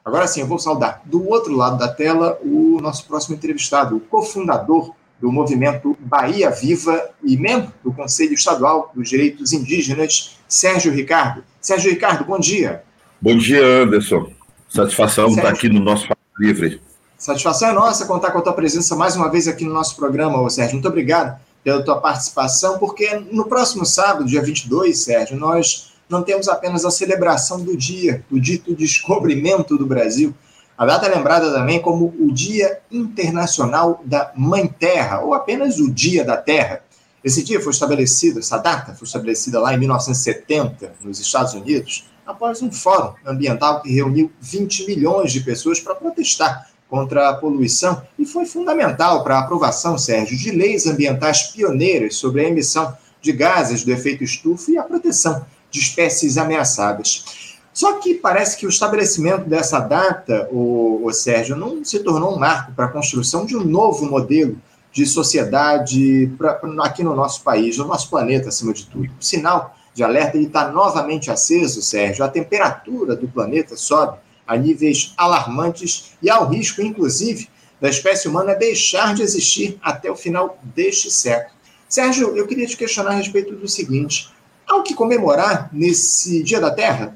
Agora sim, eu vou saudar do outro lado da tela o nosso próximo entrevistado, o cofundador do movimento Bahia Viva e membro do Conselho Estadual dos Direitos Indígenas, Sérgio Ricardo. Sérgio Ricardo, bom dia. Bom dia, Anderson. Satisfação estar aqui no nosso Fala Livre. Satisfação é nossa contar com a tua presença mais uma vez aqui no nosso programa, Sérgio. Muito obrigado pela tua participação, porque no próximo sábado, dia 22, Sérgio, nós não temos apenas a celebração do dia, do dito descobrimento do Brasil. A data é lembrada também como o Dia Internacional da Mãe Terra, ou apenas o Dia da Terra. Esse dia foi estabelecido, essa data foi estabelecida lá em 1970, nos Estados Unidos, após um fórum ambiental que reuniu 20 milhões de pessoas para protestar contra a poluição e foi fundamental para a aprovação, Sérgio, de leis ambientais pioneiras sobre a emissão de gases do efeito estufa e a proteção de espécies ameaçadas. Só que parece que o estabelecimento dessa data, Sérgio, não se tornou um marco para a construção de um novo modelo de sociedade aqui no nosso país, no nosso planeta, acima de tudo. O sinal de alerta está novamente aceso, Sérgio. A temperatura do planeta sobe a níveis alarmantes e há o risco, inclusive, da espécie humana deixar de existir até o final deste século. Sérgio, eu queria te questionar a respeito do seguinte: há o que comemorar nesse Dia da Terra?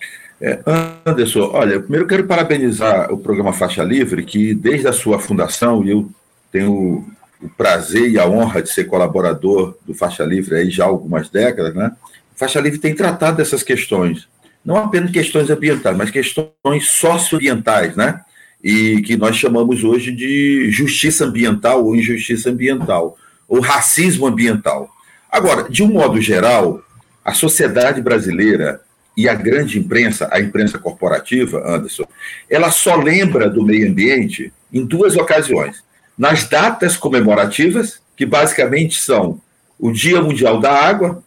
Anderson, olha, primeiro eu quero parabenizar o programa Faixa Livre, que desde a sua fundação, e eu tenho o prazer e a honra de ser colaborador do Faixa Livre aí já há algumas décadas, né? O Faixa Livre tem tratado dessas questões, não apenas questões ambientais, mas questões socioambientais, né? E que nós chamamos hoje de justiça ambiental ou injustiça ambiental, ou racismo ambiental. Agora, de um modo geral, a sociedade brasileira e a grande imprensa, a imprensa corporativa, Anderson, ela só lembra do meio ambiente em duas ocasiões. Nas datas comemorativas, que basicamente são o Dia Mundial da Água,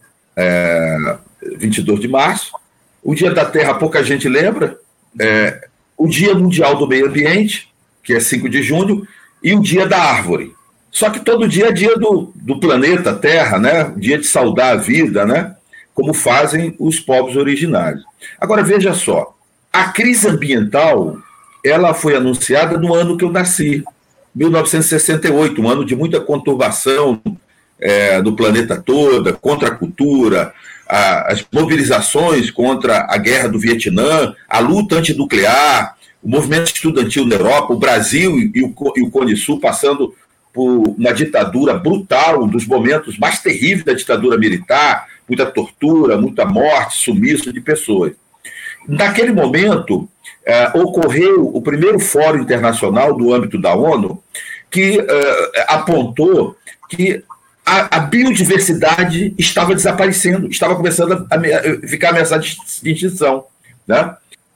22 de março, o Dia da Terra, pouca gente lembra, o Dia Mundial do Meio Ambiente, que é 5 de junho, e o Dia da Árvore. Só que todo dia é dia do planeta Terra, né? Dia de saudar a vida, né? Como fazem os povos originários. Agora, veja só, a crise ambiental, ela foi anunciada no ano que eu nasci, 1968, um ano de muita conturbação do planeta todo, contra a cultura, as mobilizações contra a guerra do Vietnã, a luta antinuclear, o movimento estudantil na Europa, o Brasil e o Cone Sul passando por uma ditadura brutal, um dos momentos mais terríveis da ditadura militar, muita tortura, muita morte, sumiço de pessoas. Naquele momento, ocorreu o primeiro fórum internacional do âmbito da ONU, que apontou que a biodiversidade estava desaparecendo, estava começando a ficar ameaçada de extinção. Né?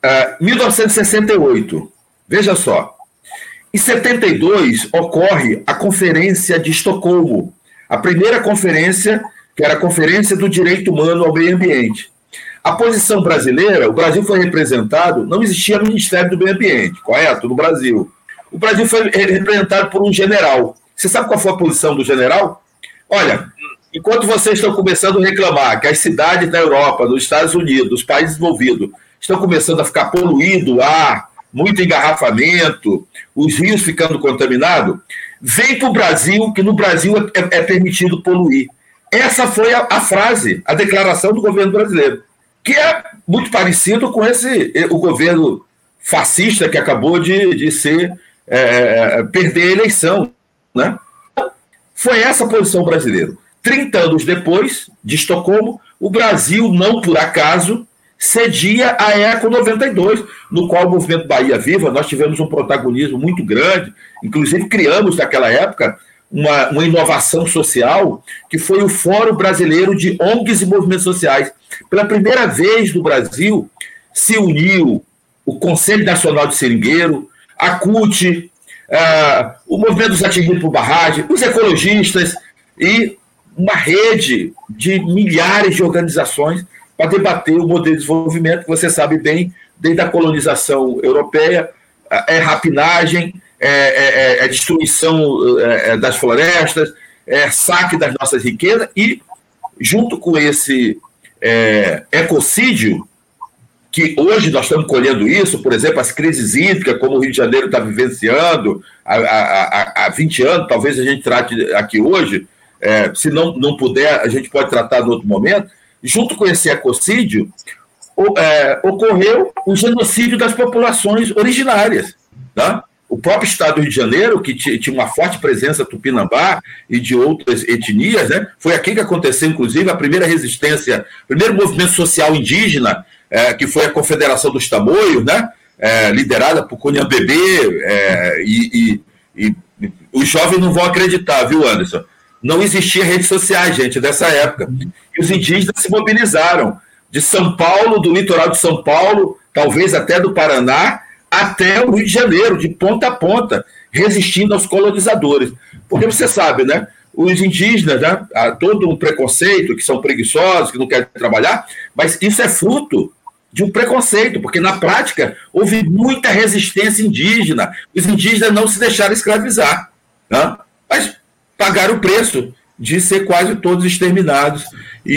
1968, veja só, em 72 ocorre a Conferência de Estocolmo, a primeira conferência, que era a Conferência do Direito Humano ao Meio Ambiente. A posição brasileira, o Brasil foi representado, não existia Ministério do Meio Ambiente, correto? No Brasil. O Brasil foi representado por um general. Você sabe qual foi a posição do general? Olha, enquanto vocês estão começando a reclamar que as cidades da Europa, dos Estados Unidos, dos países desenvolvidos, estão começando a ficar poluído o ar, muito engarrafamento, os rios ficando contaminados, vem para o Brasil, que no Brasil é permitido poluir. Essa foi a frase, a declaração do governo brasileiro, que é muito parecido com o governo fascista que acabou de perder a eleição. Né? Foi essa a posição brasileira. 30 anos depois de Estocolmo, o Brasil, não por acaso, cedia a ECO 92, no qual o movimento Bahia Viva, nós tivemos um protagonismo muito grande, inclusive criamos naquela época uma inovação social, que foi o Fórum Brasileiro de ONGs e Movimentos Sociais. Pela primeira vez no Brasil, se uniu o Conselho Nacional de Seringueiro, a CUT, o Movimento dos Atingidos por Barragem, os ecologistas e uma rede de milhares de organizações para debater o modelo de desenvolvimento, que você sabe bem, desde a colonização europeia, rapinagem, destruição das florestas, saque das nossas riquezas, e junto com esse ecocídio, que hoje nós estamos colhendo isso, por exemplo, as crises hídricas, como o Rio de Janeiro está vivenciando há 20 anos, talvez a gente trate aqui hoje, se não puder, a gente pode tratar em outro momento. Junto com esse ecocídio, ocorreu o genocídio das populações originárias, né? O próprio estado do Rio de Janeiro, que tinha uma forte presença tupinambá e de outras etnias, né? Foi aqui que aconteceu, inclusive, a primeira resistência, o primeiro movimento social indígena, que foi a Confederação dos Tamoios, né? Liderada por Cunha Bebê, e os jovens não vão acreditar, viu, Anderson? Não existia redes sociais, gente, dessa época. E os indígenas se mobilizaram de São Paulo, do litoral de São Paulo, talvez até do Paraná, até o Rio de Janeiro, de ponta a ponta, resistindo aos colonizadores. Porque você sabe, né? Os indígenas, né? Há todo um preconceito, que são preguiçosos, que não querem trabalhar, mas isso é fruto de um preconceito, porque na prática houve muita resistência indígena. Os indígenas não se deixaram escravizar, né? Mas pagaram o preço de ser quase todos exterminados. E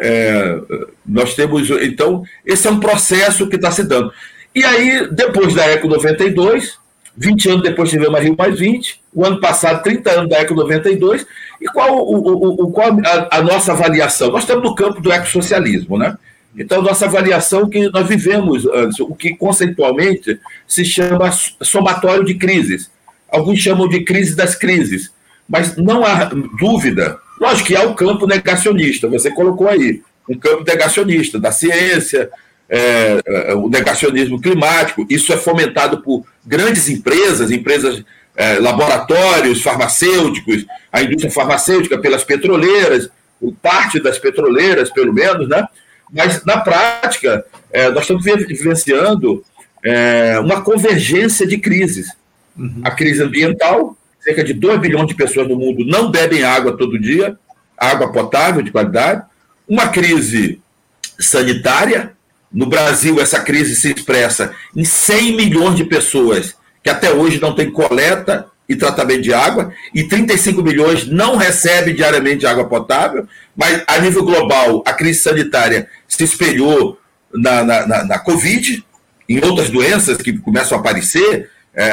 nós temos... Então, esse é um processo que está se dando. E aí, depois da ECO 92, 20 anos depois tivemos a Rio Mais 20, o ano passado, 30 anos da ECO 92, e qual a nossa avaliação? Nós estamos no campo do ecossocialismo, né? Então, nossa avaliação que nós vivemos, o que conceitualmente se chama somatório de crises. Alguns chamam de crise das crises, mas não há dúvida, lógico que há o campo negacionista, você colocou aí, um campo negacionista da ciência, o negacionismo climático, isso é fomentado por grandes empresas, laboratórios farmacêuticos, a indústria farmacêutica pelas petroleiras, parte das petroleiras, pelo menos, né? Mas, na prática, nós estamos vivenciando uma convergência de crises. Uhum. A crise ambiental, cerca de 2 bilhões de pessoas no mundo não bebem água todo dia, água potável de qualidade. Uma crise sanitária. No Brasil, essa crise se expressa em 100 milhões de pessoas que até hoje não têm coleta e tratamento de água, e 35 milhões não recebem diariamente água potável, mas a nível global a crise sanitária se espelhou na Covid, em outras doenças que começam a aparecer.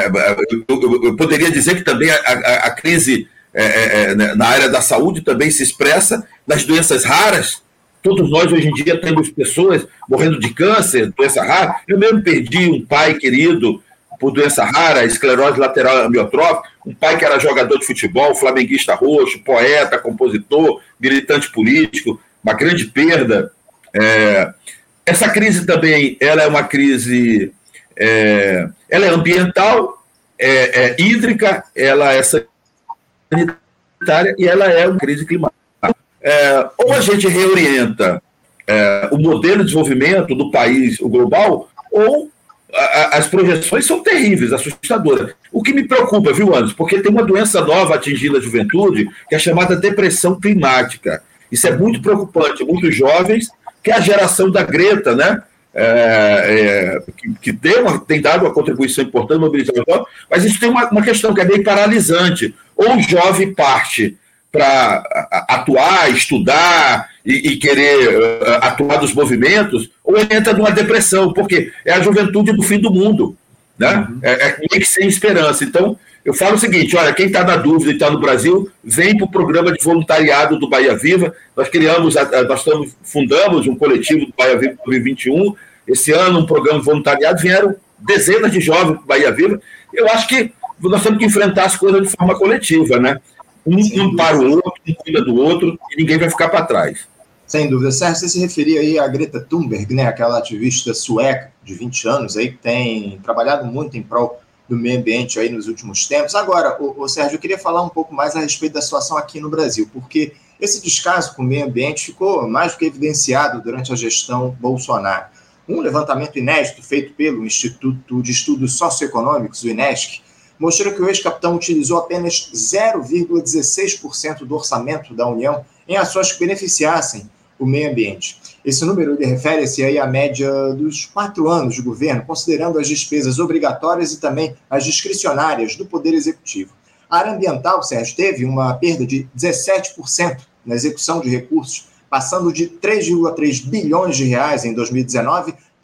Eu poderia dizer que também a crise na área da saúde também se expressa nas doenças raras. Todos nós, hoje em dia, temos pessoas morrendo de câncer, doença rara. Eu mesmo perdi um pai querido por doença rara, esclerose lateral amiotrófica, um pai que era jogador de futebol, flamenguista roxo, poeta, compositor, militante político, uma grande perda. Essa crise também, ela é uma crise, ela é ambiental, hídrica, ela é sanitária e ela é uma crise climática. Ou a gente reorienta o modelo de desenvolvimento do país, o global, ou as projeções são terríveis, assustadoras. O que me preocupa, viu, Anderson? Porque tem uma doença nova atingindo a juventude, que é a chamada depressão climática. Isso é muito preocupante. Muitos jovens, que é a geração da Greta, né? Que tem dado uma contribuição importante no mobilizar o jovem, mas isso tem uma questão que é bem paralisante. Ou o jovem parte para atuar, estudar e querer atuar nos movimentos, ou ele entra numa depressão, porque é a juventude do fim do mundo, né? Uhum. Meio que sem esperança. Então, eu falo o seguinte, olha, quem está na dúvida e está no Brasil, vem para o programa de voluntariado do Bahia Viva. Nós fundamos um coletivo do Bahia Viva 2021, esse ano um programa de voluntariado, vieram dezenas de jovens do Bahia Viva. Eu acho que nós temos que enfrentar as coisas de forma coletiva, né? Um para o outro, um cuida do outro, e ninguém vai ficar para trás. Sem dúvida. Sérgio, você se referia aí à Greta Thunberg, né? Aquela ativista sueca de 20 anos aí, que tem trabalhado muito em prol do meio ambiente aí nos últimos tempos. Agora, Sérgio, eu queria falar um pouco mais a respeito da situação aqui no Brasil, porque esse descaso com o meio ambiente ficou mais do que evidenciado durante a gestão Bolsonaro. Um levantamento inédito feito pelo Instituto de Estudos Socioeconômicos, o INESC, mostrou que o ex-capitão utilizou apenas 0,16% do orçamento da União em ações que beneficiassem o meio ambiente. Esse número refere-se aí à média dos 4 anos de governo, considerando as despesas obrigatórias e também as discricionárias do Poder Executivo. A área ambiental, Sérgio, teve uma perda de 17% na execução de recursos, passando de 3,3 bilhões de reais em 2019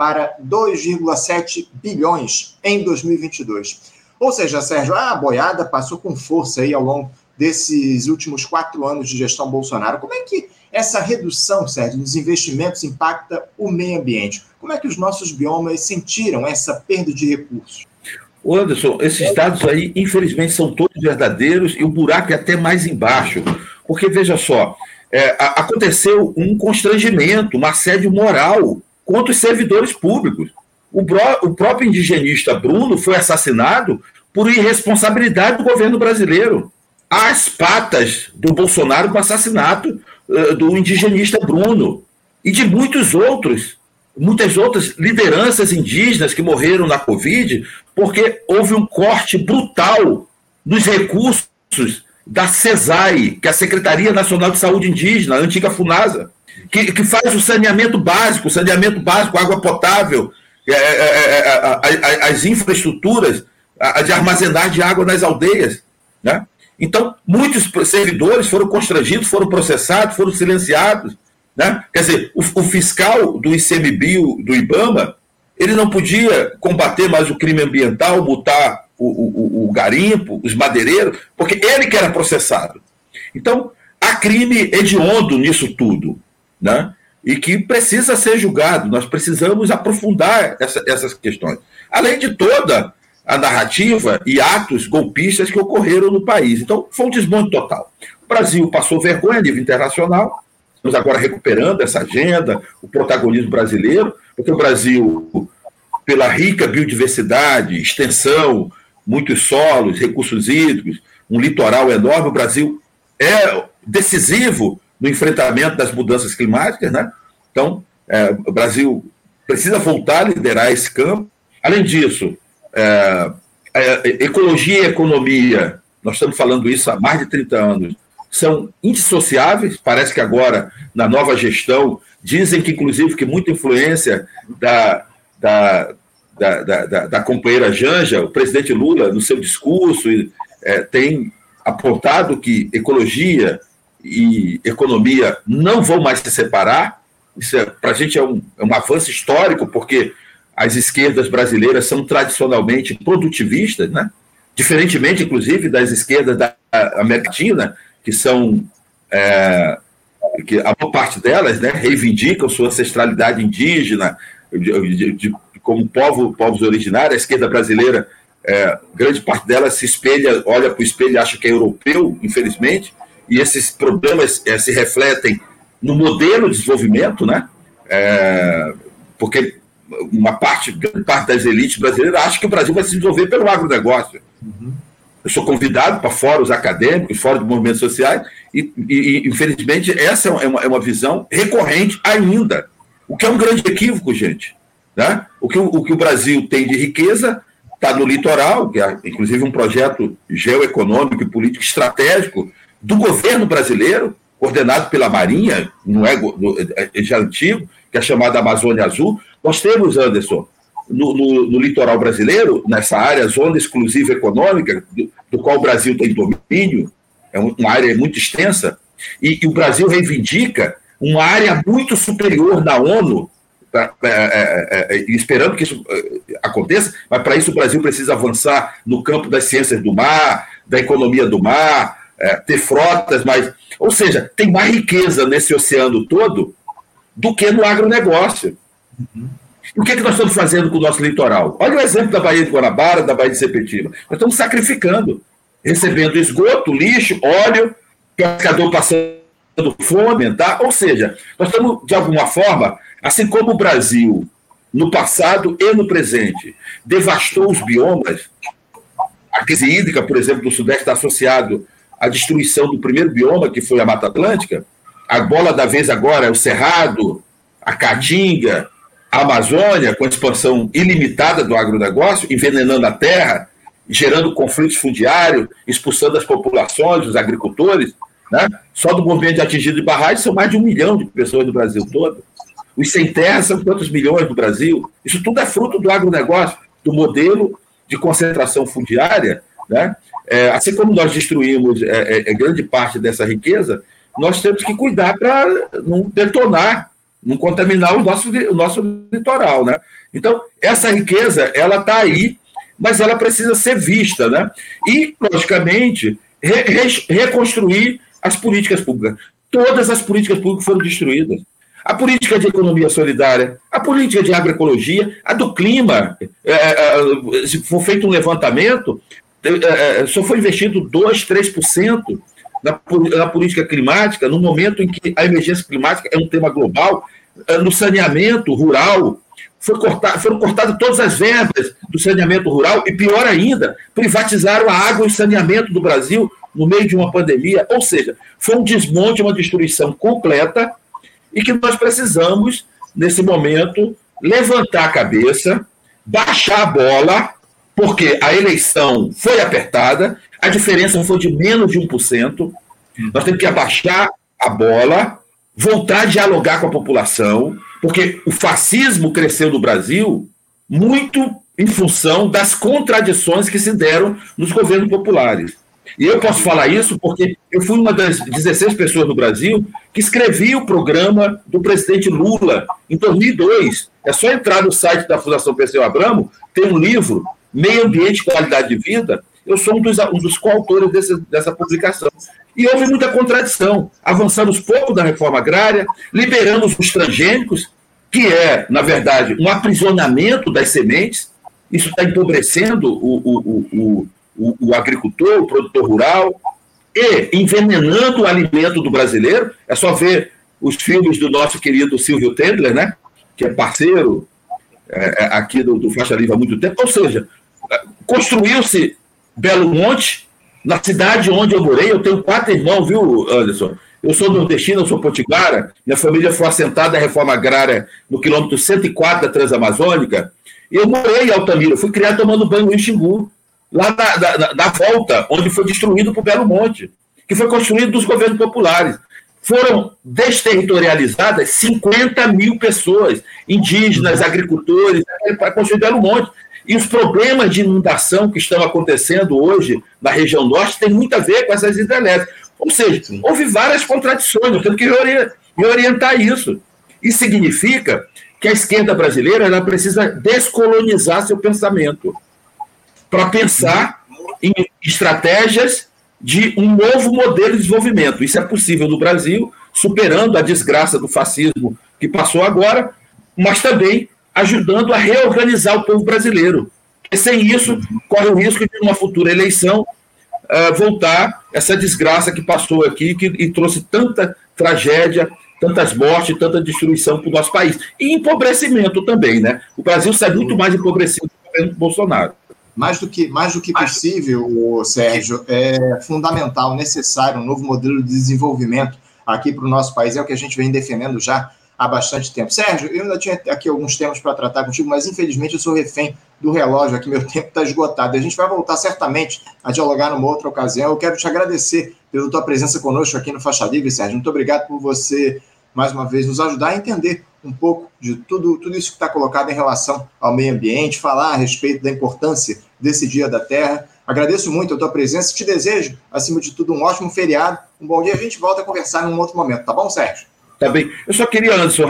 para 2,7 bilhões em 2022. Ou seja, Sérgio, a boiada passou com força aí ao longo desses últimos 4 anos de gestão Bolsonaro. Como é que essa redução, Sérgio, dos investimentos impacta o meio ambiente? Como é que os nossos biomas sentiram essa perda de recursos? Anderson, esses dados aí, infelizmente, são todos verdadeiros e o buraco é até mais embaixo. Porque, veja só, aconteceu um constrangimento, um assédio moral contra os servidores públicos. O próprio indigenista Bruno foi assassinado por irresponsabilidade do governo brasileiro. Às patas do Bolsonaro com o assassinato do indigenista Bruno e de muitas outras lideranças indígenas que morreram na Covid, porque houve um corte brutal nos recursos da CESAI, que é a Secretaria Nacional de Saúde Indígena, a antiga FUNASA, que faz o saneamento básico, água potável, as infraestruturas de armazenar de água nas aldeias, né? Então, muitos servidores foram constrangidos, foram processados, foram silenciados, né? Quer dizer, o fiscal do ICMBio, do IBAMA, ele não podia combater mais o crime ambiental, multar o garimpo, os madeireiros, porque ele que era processado. Então, há crime hediondo nisso tudo, né? E que precisa ser julgado. Nós precisamos aprofundar essas questões. Além de toda a narrativa e atos golpistas que ocorreram no país. Então, foi um desmonte total. O Brasil passou vergonha a nível internacional, estamos agora recuperando essa agenda, o protagonismo brasileiro, porque o Brasil, pela rica biodiversidade, extensão, muitos solos, recursos hídricos, um litoral enorme, o Brasil é decisivo no enfrentamento das mudanças climáticas, né? Então, o Brasil precisa voltar a liderar esse campo. Além disso, ecologia e economia, nós estamos falando isso há mais de 30 anos, são indissociáveis. Parece que agora, na nova gestão, dizem que, inclusive, que muita influência da companheira Janja, o presidente Lula, no seu discurso, tem apontado que ecologia e economia não vão mais se separar. Isso, para a gente, é um avanço histórico, porque as esquerdas brasileiras são tradicionalmente produtivistas, né? Diferentemente, inclusive, das esquerdas da América Latina, que são, que a maior parte delas, né, reivindicam sua ancestralidade indígena, como povos originários. A esquerda brasileira, grande parte dela se espelha, olha para o espelho e acha que é europeu, infelizmente, e esses problemas se refletem no modelo de desenvolvimento, né? Porque grande parte das elites brasileiras acha que o Brasil vai se desenvolver pelo agronegócio. Uhum. Eu sou convidado para fóruns acadêmicos, fóruns de movimentos sociais, e infelizmente, essa é uma visão recorrente ainda, o que é um grande equívoco, gente. Né? O que o Brasil tem de riqueza está no litoral, que é inclusive um projeto geoeconômico e político estratégico do governo brasileiro, coordenado pela Marinha, não é já antigo, que é chamada Amazônia Azul. Nós temos, Anderson, no litoral brasileiro, nessa área, zona exclusiva econômica, do qual o Brasil tem domínio, é uma área muito extensa, e o Brasil reivindica uma área muito superior na ONU, esperando que isso aconteça, mas para isso o Brasil precisa avançar no campo das ciências do mar, da economia do mar, ter frotas, ou seja, tem mais riqueza nesse oceano todo do que no agronegócio. Uhum. E o que nós estamos fazendo com o nosso litoral? Olha o exemplo da Baía de Guanabara, da Baía de Sepetiba. Nós estamos sacrificando, recebendo esgoto, lixo, óleo, pescador passando fome, tá? Ou seja, nós estamos, de alguma forma, assim como o Brasil, no passado e no presente, devastou os biomas. A crise hídrica, por exemplo, do Sudeste está associado à destruição do primeiro bioma, que foi a Mata Atlântica. A bola da vez agora é o Cerrado, a Caatinga, a Amazônia, com a expansão ilimitada do agronegócio, envenenando a terra, gerando conflitos fundiários, expulsando as populações, os agricultores. Né? Só do movimento de atingido de barragens são mais de 1 milhão de pessoas no Brasil todo. Os sem terra são quantos milhões no Brasil? Isso tudo é fruto do agronegócio, do modelo de concentração fundiária. Né? Assim como nós destruímos grande parte dessa riqueza, nós temos que cuidar para não detonar não contaminar o nosso litoral, né? Então, essa riqueza, ela está aí, mas ela precisa ser vista, né? E, logicamente, reconstruir as políticas públicas. Todas as políticas públicas foram destruídas. A política de economia solidária, a política de agroecologia, a do clima, se for feito um levantamento, só foi investido 2%, 3% na política climática, no momento em que a emergência climática é um tema global. No saneamento rural, foram cortadas todas as verbas do saneamento rural e, pior ainda, privatizaram a água e saneamento do Brasil no meio de uma pandemia. Ou seja, foi um desmonte, uma destruição completa, e que nós precisamos, nesse momento, levantar a cabeça, baixar a bola, porque a eleição foi apertada, a diferença foi de menos de 1%, nós temos que abaixar a bola, voltar a dialogar com a população, porque o fascismo cresceu no Brasil muito em função das contradições que se deram nos governos populares. E eu posso falar isso porque eu fui uma das 16 pessoas no Brasil que escrevi o programa do presidente Lula em 2002. É só entrar no site da Fundação Perseu Abramo, tem um livro, Meio Ambiente e Qualidade de Vida. Eu sou um dos coautores dessa publicação. E houve muita contradição. Avançamos pouco da reforma agrária, liberamos os transgênicos, que é, na verdade, um aprisionamento das sementes. Isso está empobrecendo o agricultor, o produtor rural, e envenenando o alimento do brasileiro. É só ver os filmes do nosso querido Silvio Tendler, né, que é parceiro aqui do Faixa Livre há muito tempo. Ou seja, construiu-se Belo Monte, na cidade onde eu morei. Eu tenho 4 irmãos, viu, Anderson? Eu sou nordestino, eu sou potiguara, minha família foi assentada na reforma agrária no quilômetro 104 da Transamazônica, e eu morei em Altamira, fui criado tomando banho em Xingu, lá na volta, onde foi destruído por Belo Monte, que foi construído dos governos populares. Foram desterritorializadas 50 mil pessoas, indígenas, agricultores, para construir Belo Monte. E os problemas de inundação que estão acontecendo hoje na região norte têm muito a ver com essas hidrelétricas. Ou seja, houve várias contradições, nós temos que reorientar isso. Isso significa que a esquerda brasileira ela precisa descolonizar seu pensamento para pensar em estratégias de um novo modelo de desenvolvimento. Isso é possível no Brasil, superando a desgraça do fascismo que passou agora, mas também ajudando a reorganizar o povo brasileiro. E sem isso, corre o risco de, numa futura eleição, voltar essa desgraça que passou aqui e trouxe tanta tragédia, tantas mortes, tanta destruição para o nosso país. E empobrecimento também, né? O Brasil sai muito mais empobrecido do governo Bolsonaro. Mais do que possível, Sérgio, é fundamental, necessário um novo modelo de desenvolvimento aqui para o nosso país, é o que a gente vem defendendo já há bastante tempo. Sérgio, eu ainda tinha aqui alguns temas para tratar contigo, mas infelizmente eu sou refém do relógio aqui, meu tempo está esgotado. A gente vai voltar certamente a dialogar numa outra ocasião. Eu quero te agradecer pela tua presença conosco aqui no Faixa Livre, Sérgio. Muito obrigado por você, mais uma vez, nos ajudar a entender um pouco de tudo isso que está colocado em relação ao meio ambiente, falar a respeito da importância desse Dia da Terra. Agradeço muito a tua presença e te desejo, acima de tudo, um ótimo feriado, um bom dia. A gente volta a conversar num outro momento, tá bom, Sérgio? Tá bem. Eu só queria, Anderson,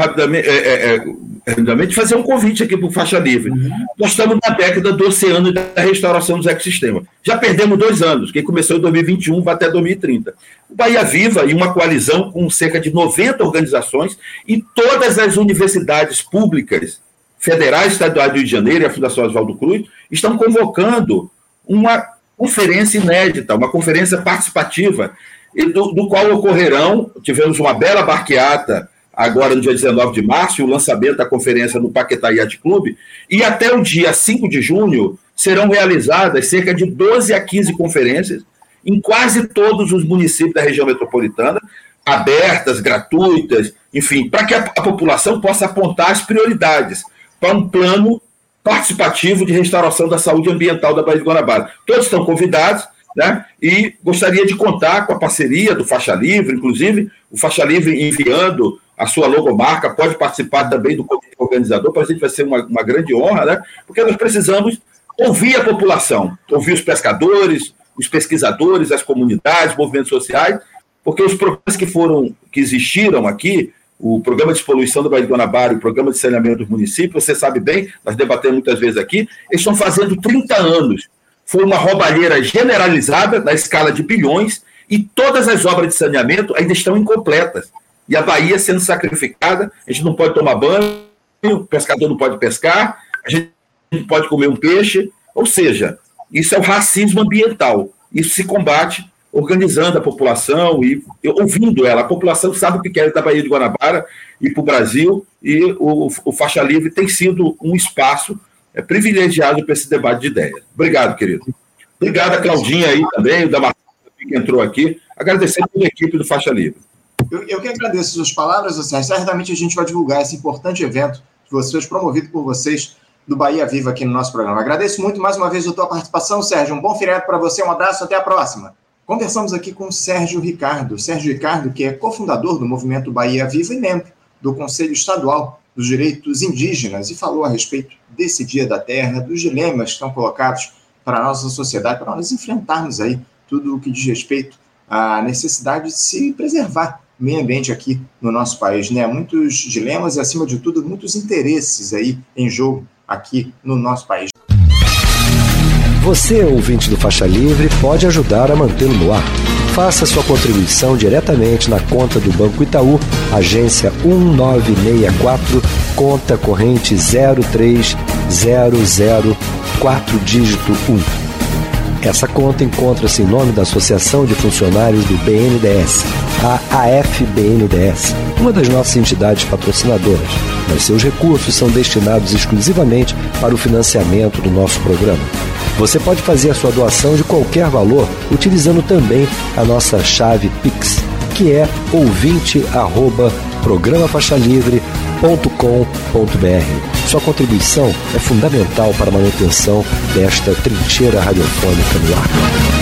rapidamente fazer um convite aqui para o Faixa Livre. Nós estamos na década do oceano e da restauração dos ecossistemas. Já perdemos 2 anos, que começou em 2021, vai até 2030. O Bahia Viva e uma coalizão com cerca de 90 organizações e todas as universidades públicas, federais, estaduais do Rio de Janeiro e a Fundação Oswaldo Cruz, estão convocando uma conferência inédita, uma conferência participativa, do qual tivemos uma bela barqueata agora no dia 19 de março, o lançamento da conferência no Paquetá Yacht Club, e até o dia 5 de junho serão realizadas cerca de 12 a 15 conferências em quase todos os municípios da região metropolitana, abertas, gratuitas, enfim, para que a população possa apontar as prioridades para um plano participativo de restauração da saúde ambiental da Baía de Guanabara. Todos estão convidados, né? E gostaria de contar com a parceria do Faixa Livre, inclusive o Faixa Livre enviando a sua logomarca, pode participar também do comitê organizador, para a gente vai ser uma grande honra, né? Porque nós precisamos ouvir a população, ouvir os pescadores, os pesquisadores, as comunidades, movimentos sociais, porque os problemas que existiram aqui, o programa de despoluição do Baía de Guanabara, o programa de saneamento dos municípios, você sabe bem, nós debatemos muitas vezes aqui, eles estão fazendo 30 anos. Foi uma roubalheira generalizada na escala de bilhões e todas as obras de saneamento ainda estão incompletas. E a Bahia sendo sacrificada, a gente não pode tomar banho, o pescador não pode pescar, a gente não pode comer um peixe, ou seja, isso é o racismo ambiental. Isso se combate organizando a população e ouvindo ela. A população sabe o que quer da Baía de Guanabara e para o Brasil, e o Faixa Livre tem sido um espaço privilegiado para esse debate de ideias. Obrigado, querido. Obrigado a Claudinha aí também, o da Marcela que entrou aqui. Agradecer a toda a equipe do Faixa Livre. Eu que agradeço as suas palavras, Sérgio. Certamente a gente vai divulgar esse importante evento de vocês, promovido por vocês, do Bahia Viva aqui no nosso programa. Agradeço muito mais uma vez a tua participação, Sérgio. Um bom feriado para você, um abraço, até a próxima. Conversamos aqui com Sérgio Ricardo. Sérgio Ricardo, que é cofundador do Movimento Bahia Viva e membro do Conselho Estadual dos Direitos Indígenas, e falou a respeito desse Dia da Terra, dos dilemas que estão colocados para a nossa sociedade, para nós enfrentarmos aí tudo o que diz respeito à necessidade de se preservar o meio ambiente aqui no nosso país, né? Muitos dilemas e, acima de tudo, muitos interesses aí em jogo aqui no nosso país. Você, ouvinte do Faixa Livre, pode ajudar a mantê-lo no ar. Faça sua contribuição diretamente na conta do Banco Itaú, agência 1964, conta corrente 03004, dígito 1. Essa conta encontra-se em nome da Associação de Funcionários do BNDES, a AFBNDES, uma das nossas entidades patrocinadoras, mas seus recursos são destinados exclusivamente para o financiamento do nosso programa. Você pode fazer a sua doação de qualquer valor utilizando também a nossa chave Pix, que é ouvinte@programafaixalivre.com.br. Sua contribuição é fundamental para a manutenção desta trincheira radiofônica no ar.